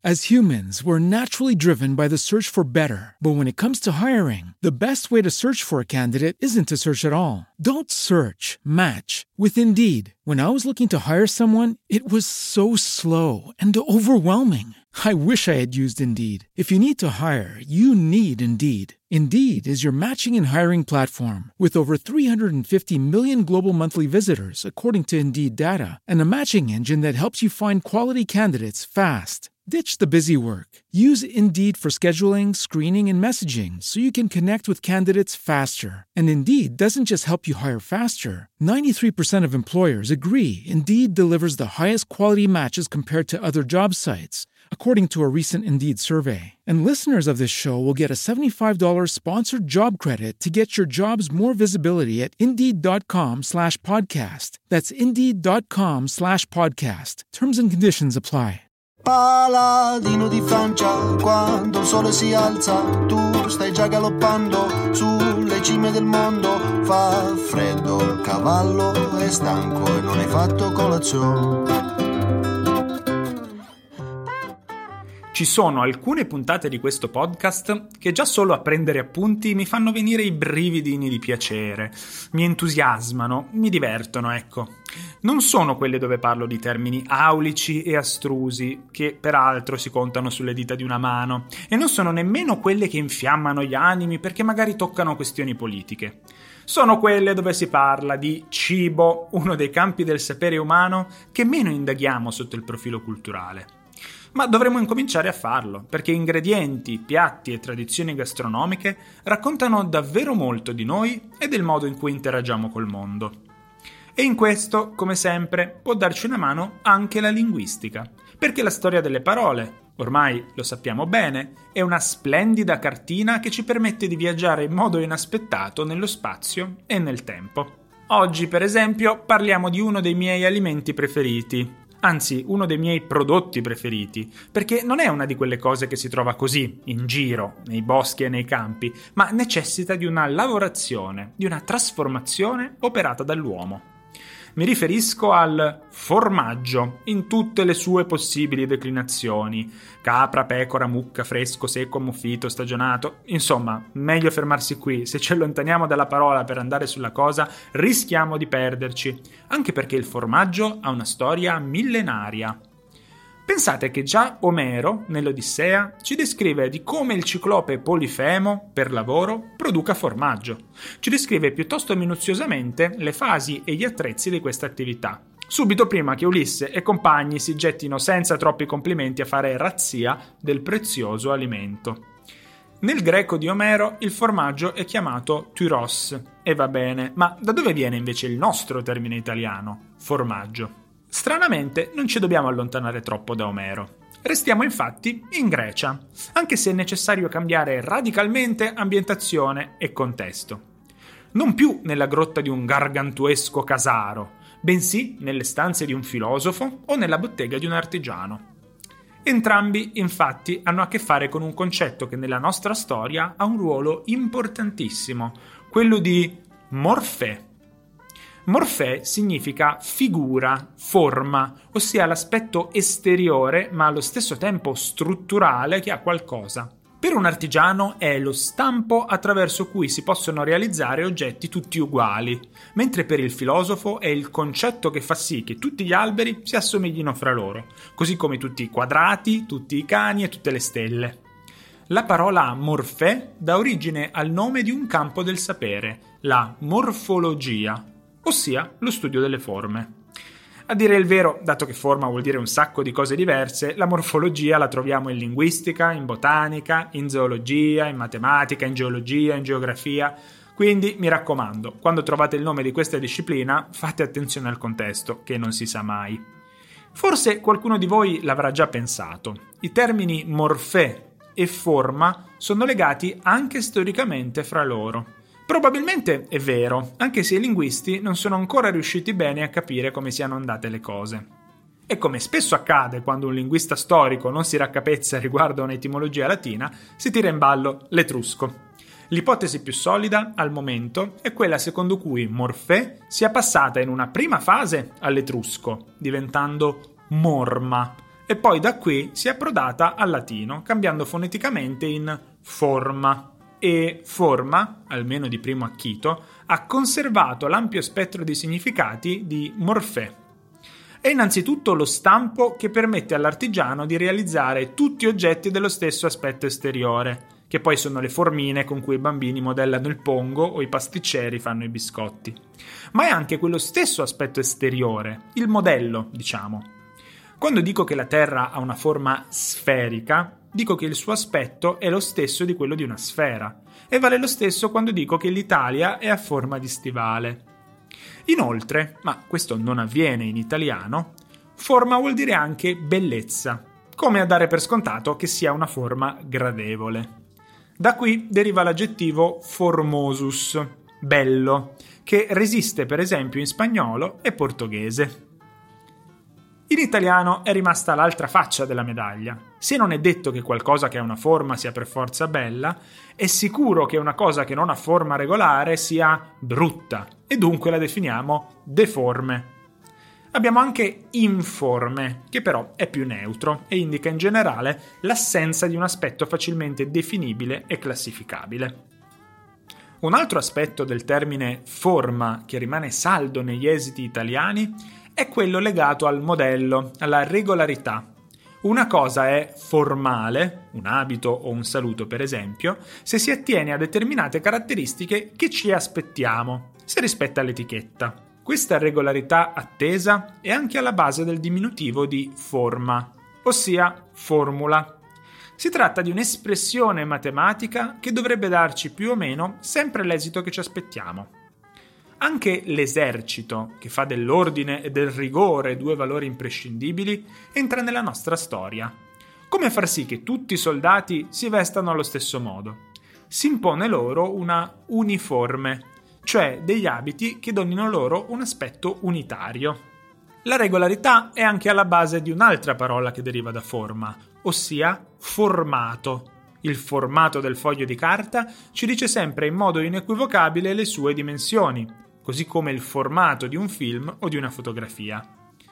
As humans, we're naturally driven by the search for better. But when it comes to hiring, the best way to search for a candidate isn't to search at all. Don't search, match with Indeed. When I was looking to hire someone, it was so slow and overwhelming. I wish I had used Indeed. If you need to hire, you need Indeed. Indeed is your matching and hiring platform with over 350 million global monthly visitors, according to Indeed data, and a matching engine that helps you find quality candidates fast. Ditch the busy work. Use Indeed for scheduling, screening, and messaging so you can connect with candidates faster. And Indeed doesn't just help you hire faster. 93% of employers agree Indeed delivers the highest quality matches compared to other job sites, according to a recent Indeed survey. And listeners of this show will get a $75 sponsored job credit to get your jobs more visibility at Indeed.com/podcast. That's Indeed.com/podcast. Terms and conditions apply. Paladino di Francia, quando il sole si alza, tu stai già galoppando sulle cime del mondo. Fa freddo, il cavallo è stanco e non hai fatto colazione. Ci sono alcune puntate di questo podcast che già solo a prendere appunti mi fanno venire i brividini di piacere, mi entusiasmano, mi divertono, ecco. Non sono quelle dove parlo di termini aulici e astrusi, che peraltro si contano sulle dita di una mano, e non sono nemmeno quelle che infiammano gli animi perché magari toccano questioni politiche. Sono quelle dove si parla di cibo, uno dei campi del sapere umano che meno indaghiamo sotto il profilo culturale. Ma dovremmo incominciare a farlo, perché ingredienti, piatti e tradizioni gastronomiche raccontano davvero molto di noi e del modo in cui interagiamo col mondo. E in questo, come sempre, può darci una mano anche la linguistica, perché la storia delle parole, ormai lo sappiamo bene, è una splendida cartina che ci permette di viaggiare in modo inaspettato nello spazio e nel tempo. Oggi, per esempio, parliamo di uno dei miei alimenti preferiti, anzi uno dei miei prodotti preferiti, perché non è una di quelle cose che si trova così, in giro, nei boschi e nei campi, ma necessita di una lavorazione, di una trasformazione operata dall'uomo. Mi riferisco al formaggio, in tutte le sue possibili declinazioni: capra, pecora, mucca, fresco, secco, ammuffito, stagionato. Insomma, meglio fermarsi qui. Se ci allontaniamo dalla parola per andare sulla cosa, rischiamo di perderci, anche perché il formaggio ha una storia millenaria. Pensate che già Omero, nell'Odissea, ci descrive di come il ciclope Polifemo, per lavoro, produca formaggio. Ci descrive piuttosto minuziosamente le fasi e gli attrezzi di questa attività, subito prima che Ulisse e compagni si gettino senza troppi complimenti a fare razzia del prezioso alimento. Nel greco di Omero il formaggio è chiamato tyros, e va bene, ma da dove viene invece il nostro termine italiano, formaggio? Stranamente non ci dobbiamo allontanare troppo da Omero. Restiamo infatti in Grecia, anche se è necessario cambiare radicalmente ambientazione e contesto. Non più nella grotta di un gargantuesco casaro, bensì nelle stanze di un filosofo o nella bottega di un artigiano. Entrambi, infatti, hanno a che fare con un concetto che nella nostra storia ha un ruolo importantissimo, quello di morfè. Morfè significa figura, forma, ossia l'aspetto esteriore ma allo stesso tempo strutturale che ha qualcosa. Per un artigiano è lo stampo attraverso cui si possono realizzare oggetti tutti uguali, mentre per il filosofo è il concetto che fa sì che tutti gli alberi si assomiglino fra loro, così come tutti i quadrati, tutti i cani e tutte le stelle. La parola morfè dà origine al nome di un campo del sapere, la morfologia, ossia lo studio delle forme. A dire il vero, dato che forma vuol dire un sacco di cose diverse, la morfologia la troviamo in linguistica, in botanica, in zoologia, in matematica, in geologia, in geografia. Quindi mi raccomando, quando trovate il nome di questa disciplina, fate attenzione al contesto, che non si sa mai. Forse qualcuno di voi l'avrà già pensato. I termini morfè e forma sono legati anche storicamente fra loro. Probabilmente è vero, anche se i linguisti non sono ancora riusciti bene a capire come siano andate le cose. E come spesso accade quando un linguista storico non si raccapezza riguardo a un'etimologia latina, si tira in ballo l'etrusco. L'ipotesi più solida, al momento, è quella secondo cui morfè sia passata in una prima fase all'etrusco, diventando morma, e poi da qui si è approdata al latino, cambiando foneticamente in forma. E forma, almeno di primo acchito, ha conservato l'ampio spettro di significati di morphé. È innanzitutto lo stampo che permette all'artigiano di realizzare tutti oggetti dello stesso aspetto esteriore, che poi sono le formine con cui i bambini modellano il pongo o i pasticceri fanno i biscotti. Ma è anche quello stesso aspetto esteriore, il modello, diciamo. Quando dico che la Terra ha una forma sferica, dico che il suo aspetto è lo stesso di quello di una sfera, e vale lo stesso quando dico che l'Italia è a forma di stivale. Inoltre, ma questo non avviene in italiano, forma vuol dire anche bellezza, come a dare per scontato che sia una forma gradevole. Da qui deriva l'aggettivo formosus, bello, che resiste per esempio in spagnolo e portoghese. In italiano è rimasta l'altra faccia della medaglia. Se non è detto che qualcosa che ha una forma sia per forza bella, è sicuro che una cosa che non ha forma regolare sia brutta, e dunque la definiamo deforme. Abbiamo anche informe, che però è più neutro e indica in generale l'assenza di un aspetto facilmente definibile e classificabile. Un altro aspetto del termine forma che rimane saldo negli esiti italiani è quello legato al modello, alla regolarità. Una cosa è formale, un abito o un saluto per esempio, se si attiene a determinate caratteristiche che ci aspettiamo, se rispetta l'etichetta. Questa regolarità attesa è anche alla base del diminutivo di forma, ossia formula. Si tratta di un'espressione matematica che dovrebbe darci più o meno sempre l'esito che ci aspettiamo. Anche l'esercito, che fa dell'ordine e del rigore due valori imprescindibili, entra nella nostra storia. Come far sì che tutti i soldati si vestano allo stesso modo? Si impone loro una uniforme, cioè degli abiti che donino loro un aspetto unitario. La regolarità è anche alla base di un'altra parola che deriva da forma, ossia formato. Il formato del foglio di carta ci dice sempre in modo inequivocabile le sue dimensioni, così come il formato di un film o di una fotografia.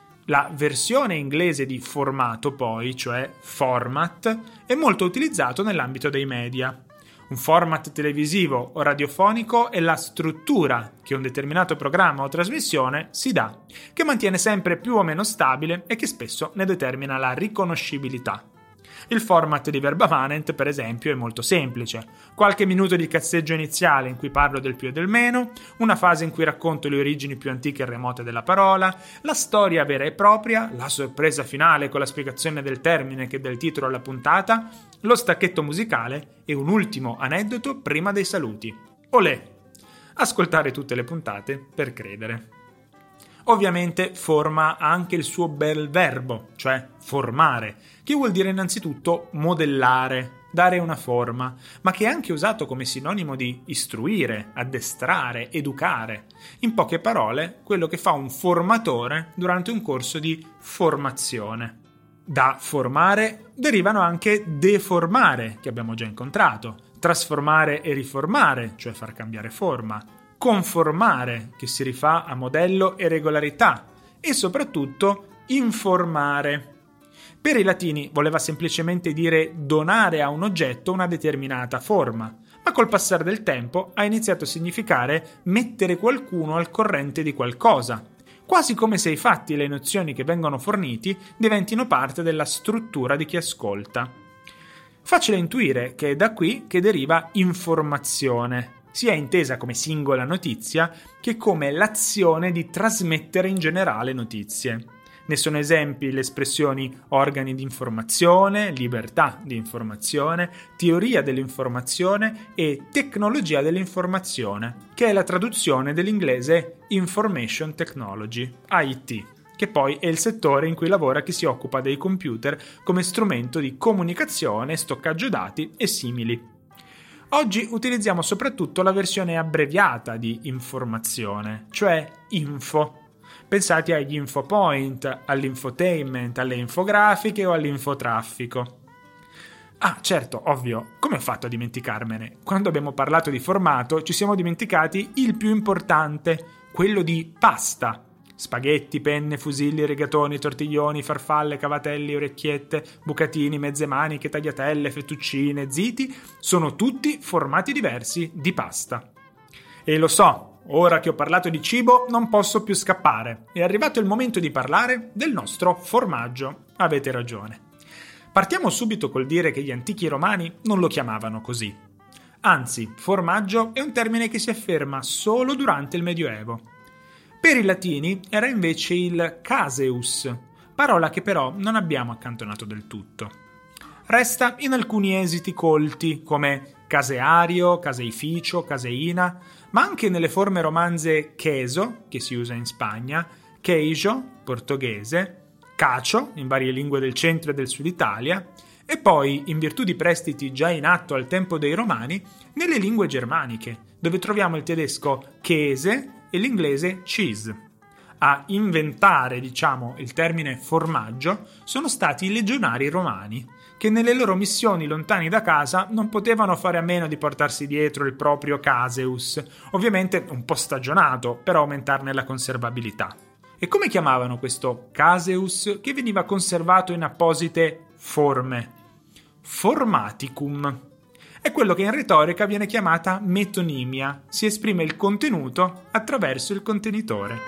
La versione inglese di formato, poi, cioè format, è molto utilizzato nell'ambito dei media. Un format televisivo o radiofonico è la struttura che un determinato programma o trasmissione si dà, che mantiene sempre più o meno stabile e che spesso ne determina la riconoscibilità. Il format di Verba Manent, per esempio, è molto semplice. Qualche minuto di cazzeggio iniziale in cui parlo del più e del meno, una fase in cui racconto le origini più antiche e remote della parola, la storia vera e propria, la sorpresa finale con la spiegazione del termine che dà il titolo alla puntata, lo stacchetto musicale e un ultimo aneddoto prima dei saluti. Olè! Ascoltare tutte le puntate per credere. Ovviamente forma ha anche il suo bel verbo, cioè formare, che vuol dire innanzitutto modellare, dare una forma, ma che è anche usato come sinonimo di istruire, addestrare, educare. In poche parole, quello che fa un formatore durante un corso di formazione. Da formare derivano anche deformare, che abbiamo già incontrato, trasformare e riformare, cioè far cambiare forma, conformare, che si rifà a modello e regolarità, e soprattutto informare. Per i latini voleva semplicemente dire donare a un oggetto una determinata forma, ma col passare del tempo ha iniziato a significare mettere qualcuno al corrente di qualcosa, quasi come se i fatti e le nozioni che vengono forniti diventino parte della struttura di chi ascolta. Facile intuire che è da qui che deriva informazione, sia intesa come singola notizia che come l'azione di trasmettere in generale notizie. Ne sono esempi le espressioni organi di informazione, libertà di informazione, teoria dell'informazione e tecnologia dell'informazione, che è la traduzione dell'inglese Information Technology, IT, che poi è il settore in cui lavora chi si occupa dei computer come strumento di comunicazione, stoccaggio dati e simili. Oggi utilizziamo soprattutto la versione abbreviata di informazione, cioè info. Pensate agli infopoint, all'infotainment, alle infografiche o all'infotraffico. Ah, certo, ovvio, come ho fatto a dimenticarmene? Quando abbiamo parlato di formato ci siamo dimenticati il più importante, quello di pasta. Spaghetti, penne, fusilli, rigatoni, tortiglioni, farfalle, cavatelli, orecchiette, bucatini, mezze maniche, tagliatelle, fettuccine, ziti, sono tutti formati diversi di pasta. E lo so, ora che ho parlato di cibo non posso più scappare. È arrivato il momento di parlare del nostro formaggio. Avete ragione. Partiamo subito col dire che gli antichi romani non lo chiamavano così. Anzi, formaggio è un termine che si afferma solo durante il Medioevo. Per i latini era invece il caseus, parola che però non abbiamo accantonato del tutto. Resta in alcuni esiti colti come caseario, caseificio, caseina, ma anche nelle forme romanze queso, che si usa in Spagna, queijo, portoghese, cacio, in varie lingue del centro e del sud Italia, e poi, in virtù di prestiti già in atto al tempo dei Romani, nelle lingue germaniche, dove troviamo il tedesco Käse e l'inglese cheese. A inventare, il termine formaggio sono stati i legionari romani, che nelle loro missioni lontani da casa non potevano fare a meno di portarsi dietro il proprio caseus, ovviamente un po' stagionato per aumentarne la conservabilità. E come chiamavano questo caseus che veniva conservato in apposite forme? Formaticum. È quello che in retorica viene chiamata metonimia, si esprime il contenuto attraverso il contenitore.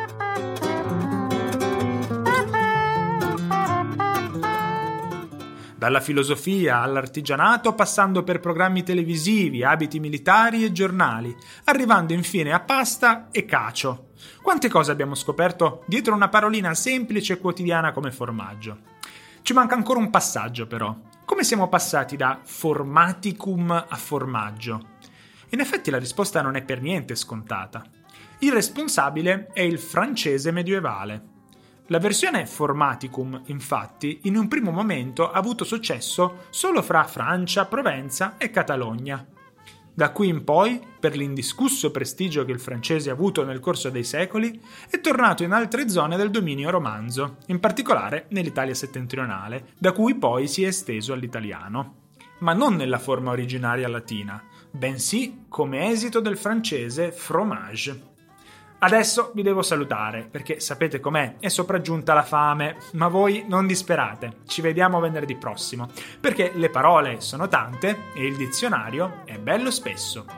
Dalla filosofia all'artigianato, passando per programmi televisivi, abiti militari e giornali, arrivando infine a pasta e cacio. Quante cose abbiamo scoperto dietro una parolina semplice e quotidiana come formaggio. Ci manca ancora un passaggio però. Come siamo passati da formaticum a formaggio? In effetti la risposta non è per niente scontata. Il responsabile è il francese medievale. La versione formaticum, infatti, in un primo momento ha avuto successo solo fra Francia, Provenza e Catalogna. Da qui in poi, per l'indiscusso prestigio che il francese ha avuto nel corso dei secoli, è tornato in altre zone del dominio romanzo, in particolare nell'Italia settentrionale, da cui poi si è esteso all'italiano. Ma non nella forma originaria latina, bensì come esito del francese fromage. Adesso vi devo salutare, perché sapete com'è, è sopraggiunta la fame, ma voi non disperate, ci vediamo venerdì prossimo, perché le parole sono tante e il dizionario è bello spesso.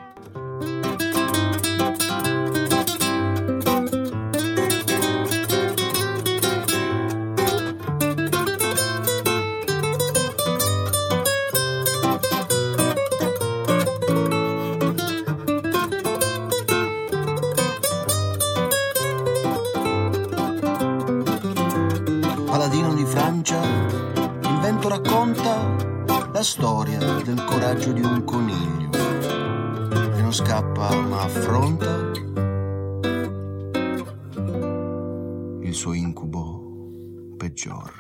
Paladino di Francia, il vento racconta la storia del coraggio di un coniglio che non scappa ma affronta il suo incubo peggior.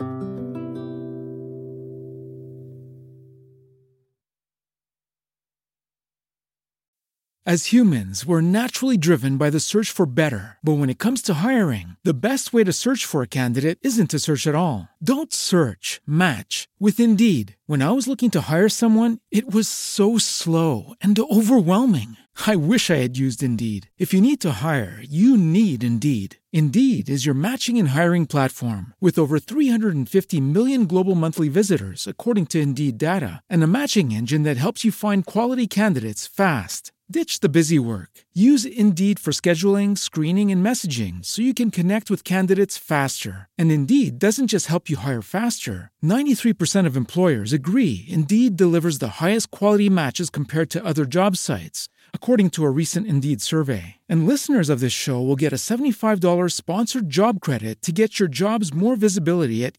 As humans, we're naturally driven by the search for better. But when it comes to hiring, the best way to search for a candidate isn't to search at all. Don't search, match with Indeed. When I was looking to hire someone, it was so slow and overwhelming. I wish I had used Indeed. If you need to hire, you need Indeed. Indeed is your matching and hiring platform with over 350 million global monthly visitors, according to Indeed data, and a matching engine that helps you find quality candidates fast. Ditch the busy work. Use Indeed for scheduling, screening, and messaging so you can connect with candidates faster. And Indeed doesn't just help you hire faster. 93% of employers agree Indeed delivers the highest quality matches compared to other job sites, according to a recent Indeed survey. And listeners of this show will get a $75 sponsored job credit to get your jobs more visibility at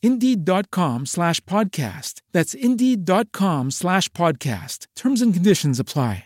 Indeed.com/podcast. That's Indeed.com/podcast. Terms and conditions apply.